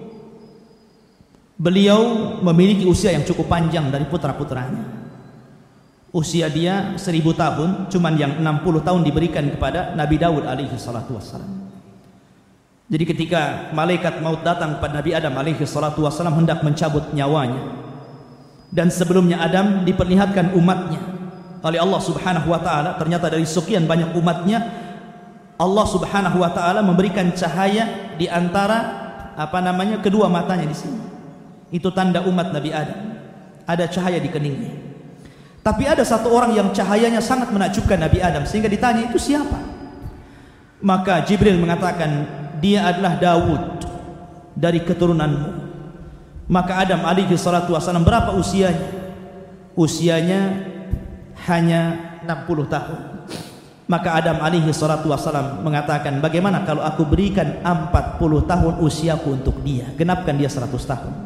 Speaker 1: beliau memiliki usia yang cukup panjang dari putra-putranya. Usia dia 1000 tahun, cuman yang 60 tahun diberikan kepada Nabi Daud alaihi salatu wassalam. Jadi ketika malaikat maut datang kepada Nabi Adam alaihi salatu wassalam hendak mencabut nyawanya, dan sebelumnya Adam diperlihatkan umatnya oleh Allah subhanahu wa ta'ala, ternyata dari sekian banyak umatnya Allah subhanahu wa ta'ala memberikan cahaya di antara kedua matanya di sini. Itu tanda umat Nabi Adam, ada cahaya di keningnya. Tapi ada satu orang yang cahayanya sangat menakjubkan Nabi Adam, sehingga ditanya, itu siapa? Maka Jibril mengatakan, dia adalah Daud dari keturunanmu. Maka Adam alaihi salatu wassalam berapa usianya? Usianya hanya 60 tahun. Maka Adam alaihi salatu wassalam mengatakan, bagaimana kalau aku berikan 40 tahun usiaku untuk dia, genapkan dia 100 tahun.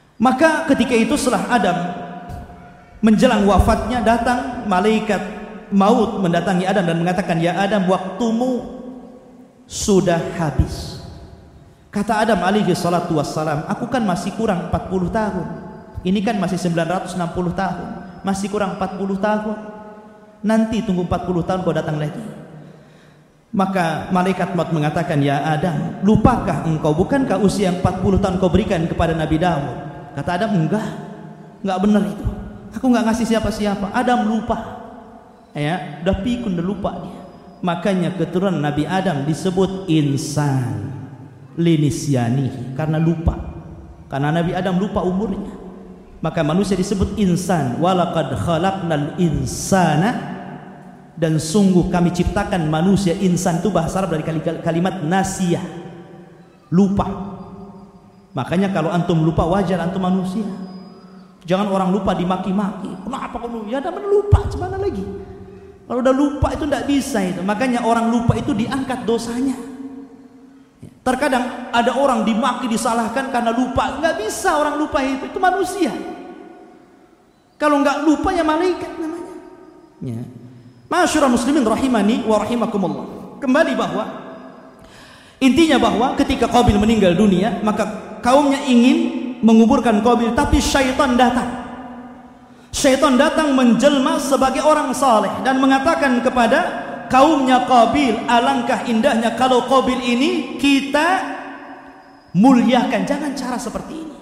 Speaker 1: Maka ketika itu setelah Adam menjelang wafatnya, datang malaikat maut mendatangi Adam dan mengatakan, ya Adam, waktumu sudah habis. Kata Adam alaihi salatu wassalam, aku kan masih kurang 40 tahun. Ini kan masih 960 tahun. Masih kurang 40 tahun. Nanti tunggu 40 tahun kau datang lagi. Maka malaikat maut mengatakan, ya Adam, lupakah engkau, bukankah usia yang 40 tahun kau berikan kepada Nabi Daud? Kata Adam, enggak benar itu. Aku enggak ngasih siapa-siapa. Adam lupa. Ya, udah pikun, udah lupa dia. Makanya keturunan Nabi Adam disebut insan linisyani, karena lupa. Karena Nabi Adam lupa umurnya, maka manusia disebut insan. Walaqad khalaqnal insana, dan sungguh kami ciptakan manusia. Insan itu bahasa Arab dari kalimat nasiyah, lupa. Makanya kalau antum lupa wajar, antum manusia. Jangan orang lupa dimaki-maki. Kenapa kamu? Ya ada lupa, gimana lagi? Kalau udah lupa itu tidak bisa itu. Makanya orang lupa itu diangkat dosanya. Terkadang ada orang dimaki, disalahkan karena lupa. Nggak bisa orang lupa itu manusia. Kalau nggak lupa ya malaikat namanya. Ya. Ma'asyiral muslimin rahimani wa rahimakumullah. Kembali bahwa intinya bahwa ketika Qabil meninggal dunia, maka kaumnya ingin menguburkan Qabil, tapi syaitan datang. Syaitan datang menjelma sebagai orang saleh dan mengatakan kepada kaumnya Qabil, alangkah indahnya kalau Qabil ini kita muliakan. Jangan cara seperti ini,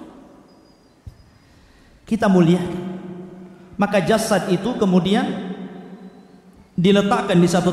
Speaker 1: kita muliakan. Maka jasad itu kemudian diletakkan di satu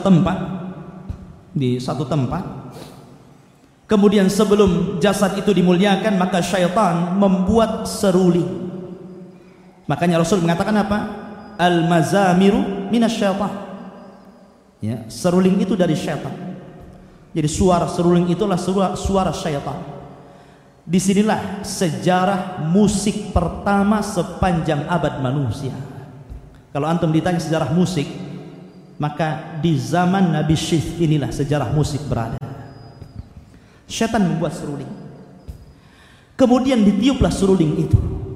Speaker 1: tempat. Kemudian sebelum jasad itu dimuliakan, maka syaitan membuat seruling. Makanya Rasul mengatakan apa? Al-mazamiru minasyaitan. Ya, seruling itu dari syaitan. Jadi suara seruling itulah suara syaitan. Disinilah sejarah musik pertama sepanjang abad manusia. Kalau antum ditanya sejarah musik, maka di zaman Nabi Syith inilah sejarah musik berada. Syaitan membuat seruling, kemudian ditiuplah seruling itu.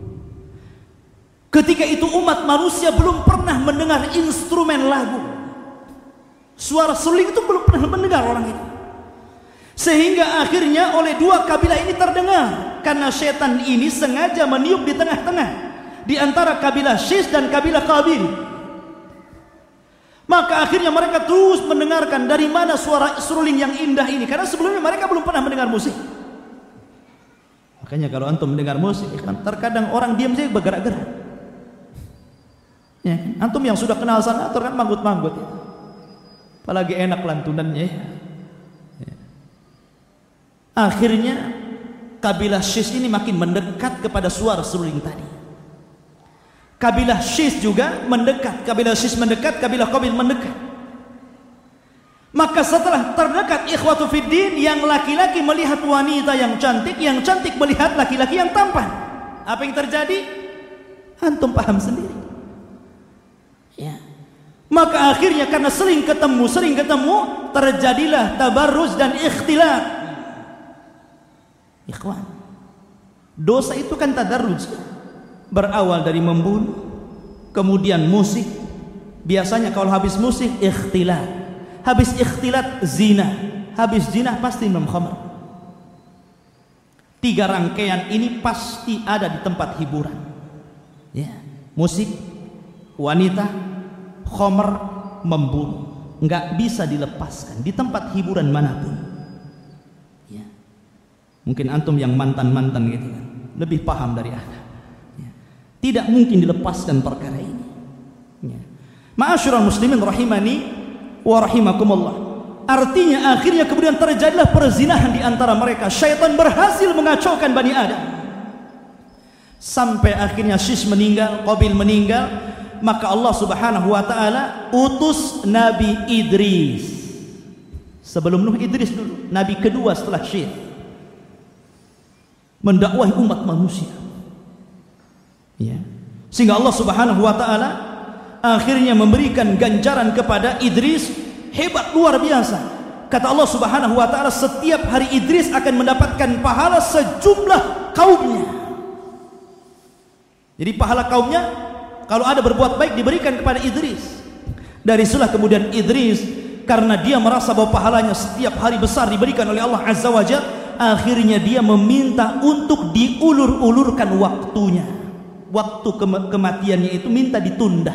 Speaker 1: Ketika itu umat manusia belum pernah mendengar instrumen lagu. Suara seruling itu belum pernah mendengar orang itu. Sehingga akhirnya oleh dua kabilah ini terdengar, karena syaitan ini sengaja meniup di tengah-tengah, di antara kabilah Syith dan kabilah Qabil. Maka akhirnya mereka terus mendengarkan dari mana suara seruling yang indah ini, karena sebelumnya mereka belum pernah mendengar musik. Makanya kalau antum mendengar musik, terkadang orang diam saja bergerak-gerak. Ya, antum yang sudah kenal sana kan manggut-manggut, ya. Apalagi enak lantunannya. Ya. Akhirnya kabilah Syith ini makin mendekat kepada suara seruling tadi. Kabilah Syith juga mendekat, kabilah Syith mendekat, kabilah Qabil mendekat. Maka setelah terdekat, ikhwatu fiddin, yang laki-laki melihat wanita yang cantik melihat laki-laki yang tampan. Apa yang terjadi? Antum paham sendiri. Ya. Maka akhirnya karena sering ketemu, terjadilah tabarruz dan ikhtilat. Ikhwan, dosa itu kan tadarruj, berawal dari membunuh, kemudian musik. Biasanya kalau habis musik ikhtilat, habis ikhtilat zina, habis zina pasti minum khamr. 3 rangkaian ini pasti ada di tempat hiburan. Ya, musik, wanita, khamr, membunuh. Nggak bisa dilepaskan di tempat hiburan manapun. Ya. Mungkin antum yang mantan-mantan gitu kan, lebih paham dari ana. Ya. Tidak mungkin dilepaskan perkara ini. Ya. Ma'asyiral muslimin rahimani wa rahimakumullah. Artinya akhirnya kemudian terjadilah perzinahan di antara mereka. Syaitan berhasil mengacaukan Bani Adam. Sampai akhirnya Syith meninggal, Qabil meninggal. Maka Allah subhanahu wa ta'ala utus Nabi Idris. Sebelum Nuh, Idris dulu, Nabi kedua setelah Syith, mendakwahi umat manusia. Ya. Sehingga Allah subhanahu wa ta'ala akhirnya memberikan ganjaran kepada Idris hebat, luar biasa. Kata Allah subhanahu wa ta'ala, setiap hari Idris akan mendapatkan pahala sejumlah kaumnya. Jadi pahala kaumnya, kalau ada berbuat baik, diberikan kepada Idris. Dari situlah kemudian Idris, karena dia merasa bahwa pahalanya setiap hari besar diberikan oleh Allah Azza wa Jalla, akhirnya dia meminta untuk diulur-ulurkan waktunya. Waktu kematiannya itu minta ditunda.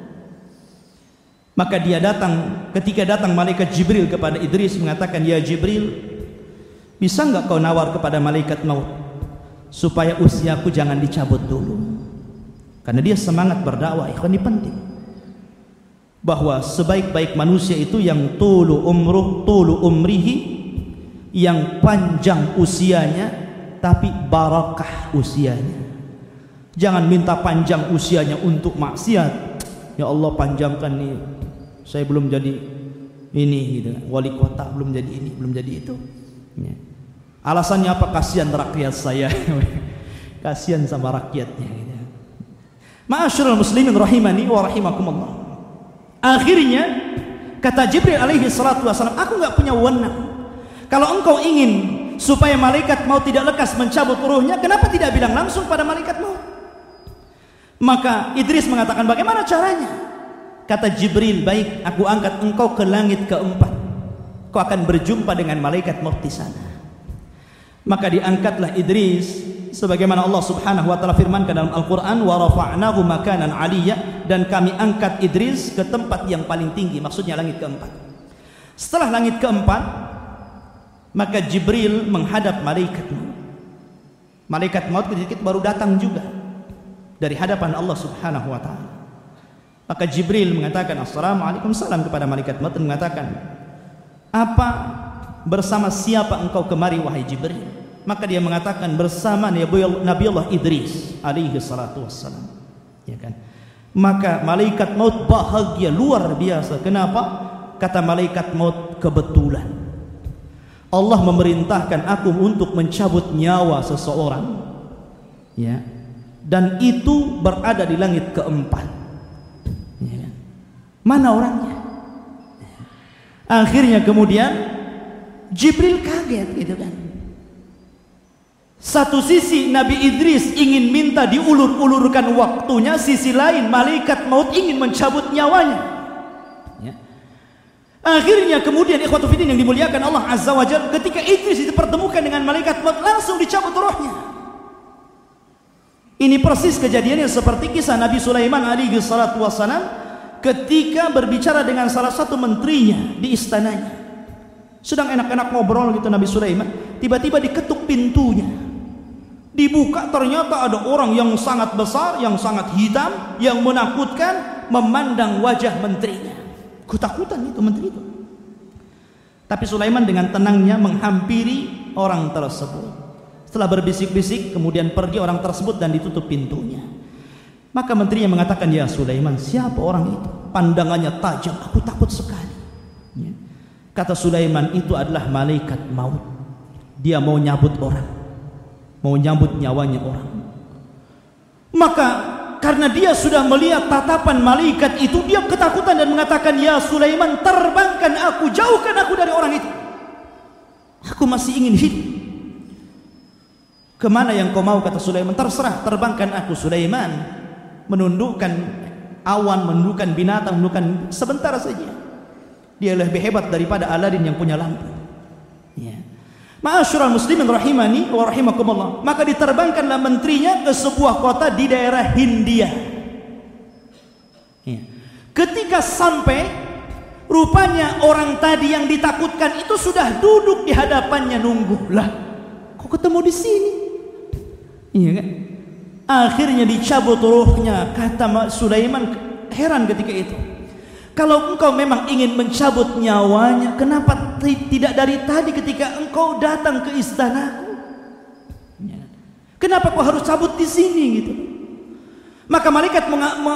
Speaker 1: Maka dia datang, ketika datang malaikat Jibril kepada Idris mengatakan, "Ya Jibril, bisa enggak kau nawar kepada malaikat maut supaya usiaku jangan dicabut dulu?" Karena dia semangat berdakwah. Ikhwan, ini penting. Bahwa sebaik-baik manusia itu yang tulu umrihi, yang panjang usianya tapi barakah usianya. Jangan minta panjang usianya untuk maksiat. Ya Allah, panjangkan nih, saya belum jadi ini gitu, wali kota belum jadi ini, belum jadi itu. Ya. Alasannya apa? Kasihan rakyat saya. Kasihan sama rakyatnya gitu. Ma'asyiral muslimin rahimani wa rahimakumullah. Akhirnya kata Jibril alaihi salatu wasallam, aku enggak punya wewenang. Kalau engkau ingin supaya malaikat maut tidak lekas mencabut ruhnya, kenapa tidak bilang langsung pada malaikat maut? Maka Idris mengatakan, bagaimana caranya? Kata Jibril, baik, aku angkat engkau ke langit keempat. Kau akan berjumpa dengan malaikat maut di sana. Maka diangkatlah Idris, sebagaimana Allah Subhanahu wa taala firmankan dalam Al-Qur'an, wa rafa'nahu makanan 'aliyya, dan kami angkat Idris ke tempat yang paling tinggi, maksudnya langit keempat. Setelah langit keempat, maka Jibril menghadap malaikat maut. Malaikat maut sedikit baru datang juga dari hadapan Allah Subhanahu wa taala. Maka Jibril mengatakan assalamualaikum salam kepada malaikat maut dan mengatakan, apa, bersama siapa engkau kemari wahai Jibril? Maka dia mengatakan bersama Nabi Allah Idris alaihi salatu wassalam. Ya kan? Maka malaikat maut bahagia luar biasa. Kenapa? Kata malaikat maut, kebetulan Allah memerintahkan aku untuk mencabut nyawa seseorang, ya, dan itu berada di langit keempat. Ya. Mana orangnya? Akhirnya kemudian Jibril kaget gitu kan. Satu sisi Nabi Idris ingin minta diulur-ulurkan waktunya, sisi lain malaikat maut ingin mencabut nyawanya. Ya. Akhirnya kemudian ikhwatu fiddin yang dimuliakan Allah Azza wa Jalla, ketika Idris dipertemukan dengan malaikat maut, langsung dicabut rohnya. Ini persis kejadiannya seperti kisah Nabi Sulaiman alaihi salatu wassalam ketika berbicara dengan salah satu menterinya di istananya. Sedang enak-enak ngobrol gitu Nabi Sulaiman, tiba-tiba diketuk pintunya. Dibuka, ternyata ada orang yang sangat besar, yang sangat hitam, yang menakutkan, memandang wajah menterinya. Ketakutan itu menteri itu. Tapi Sulaiman dengan tenangnya menghampiri orang tersebut. Setelah berbisik-bisik, kemudian pergi orang tersebut dan ditutup pintunya. Maka menterinya mengatakan, ya Sulaiman, siapa orang itu? Pandangannya tajam, aku takut sekali. Ya. Kata Sulaiman, itu adalah malaikat maut. Dia mau nyabut orang, mau nyambut nyawanya orang. Maka karena dia sudah melihat tatapan malaikat itu, dia ketakutan dan mengatakan, ya Sulaiman, terbangkan aku, jauhkan aku dari orang itu. Aku masih ingin hidup. Kemana yang kau mau? Kata Sulaiman. Terserah, terbangkan aku. Sulaiman menundukkan awan, menundukkan binatang, menundukkan sebentar saja. Dia lebih hebat daripada Aladin yang punya lampu. Ya. Ma'asyiral muslimin rahimani wa rahimakumullah. Maka diterbangkanlah menterinya ke sebuah kota di daerah Hindia. Ya. Ketika sampai, rupanya orang tadi yang ditakutkan itu sudah duduk di hadapannya nunggu. Lah, kok ketemu di sini? Iya kan? Akhirnya dicabut ruhnya. Kata Sulaiman heran ketika itu. Kalau engkau memang ingin mencabut nyawanya, kenapa tidak dari tadi ketika engkau datang ke istanaku? Kenapa kau harus cabut di sini gitu? Maka malaikat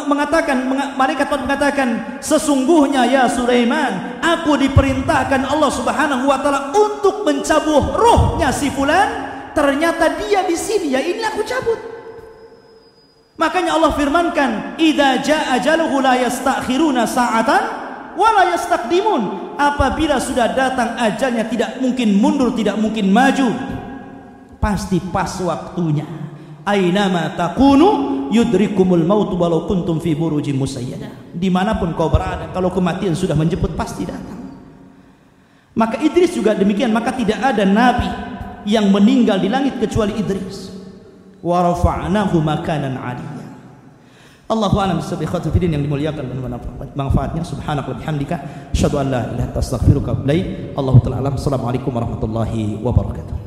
Speaker 1: mengatakan, sesungguhnya ya Sulaiman, aku diperintahkan Allah Subhanahu wa taala untuk mencabut rohnya si fulan. Ternyata dia di sini, ya ini aku cabut. Makanya Allah firmankan, idza jaa ajaluhu la yastakhiruna sa'atan wa la yastaqdimun. Apabila sudah datang ajalnya, tidak mungkin mundur, tidak mungkin maju. Pasti pas waktunya. Ainama takunu yudrikumul maut walau kuntum fi burujim musayyadah. Dimanapun kau berada, kalau kematian sudah menjemput pasti datang. Maka Idris juga demikian. Maka tidak ada nabi yang meninggal di langit kecuali Idris. Wa rafa'nahu makanan 'aliyya. Allahu a'lam bishawab. Fiddin yang dimuliakan dan manfaatnya. Subhanaka bihamdika asyhadu an la ilaha illa anta astaghfiruka wa atubu ilaik. Allahu ta'ala alam. Assalamualaikum warahmatullahi wabarakatuh.